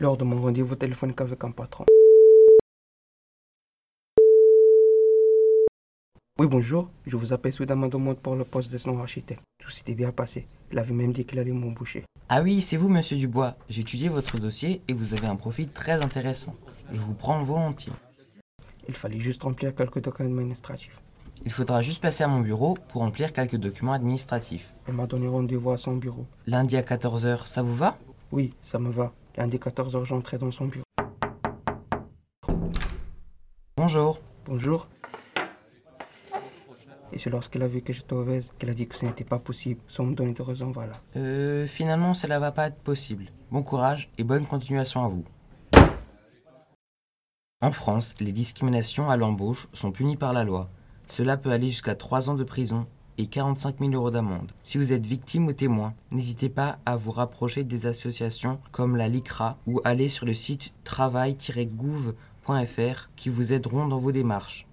lors de mon rendez-vous téléphonique avec un patron. Oui, bonjour, je vous appelle suite à ma demande pour le poste de son architecte. Tout s'était bien passé. Il avait même dit qu'il allait m'embaucher. Ah oui, c'est vous, monsieur Dubois. J'ai étudié votre dossier et vous avez un profil très intéressant. Je vous prends volontiers. Il fallait juste remplir quelques documents administratifs. Il faudra juste passer à mon bureau pour remplir quelques documents administratifs. Elle m'a donné rendez-vous à son bureau. Lundi à 14 h, ça vous va? Oui, ça me va. Lundi 14h, j'entrais dans son bureau. Bonjour. Bonjour. Et c'est lorsqu'elle a vu que j'étais obèse qu'elle a dit que ce n'était pas possible, sans me donner de raison, voilà. Finalement, cela va pas être possible. Bon courage et bonne continuation à vous. En France, les discriminations à l'embauche sont punies par la loi. Cela peut aller jusqu'à 3 ans de prison et 45 000 € d'amende. Si vous êtes victime ou témoin, n'hésitez pas à vous rapprocher des associations comme la LICRA ou aller sur le site travail-gouv.fr qui vous aideront dans vos démarches.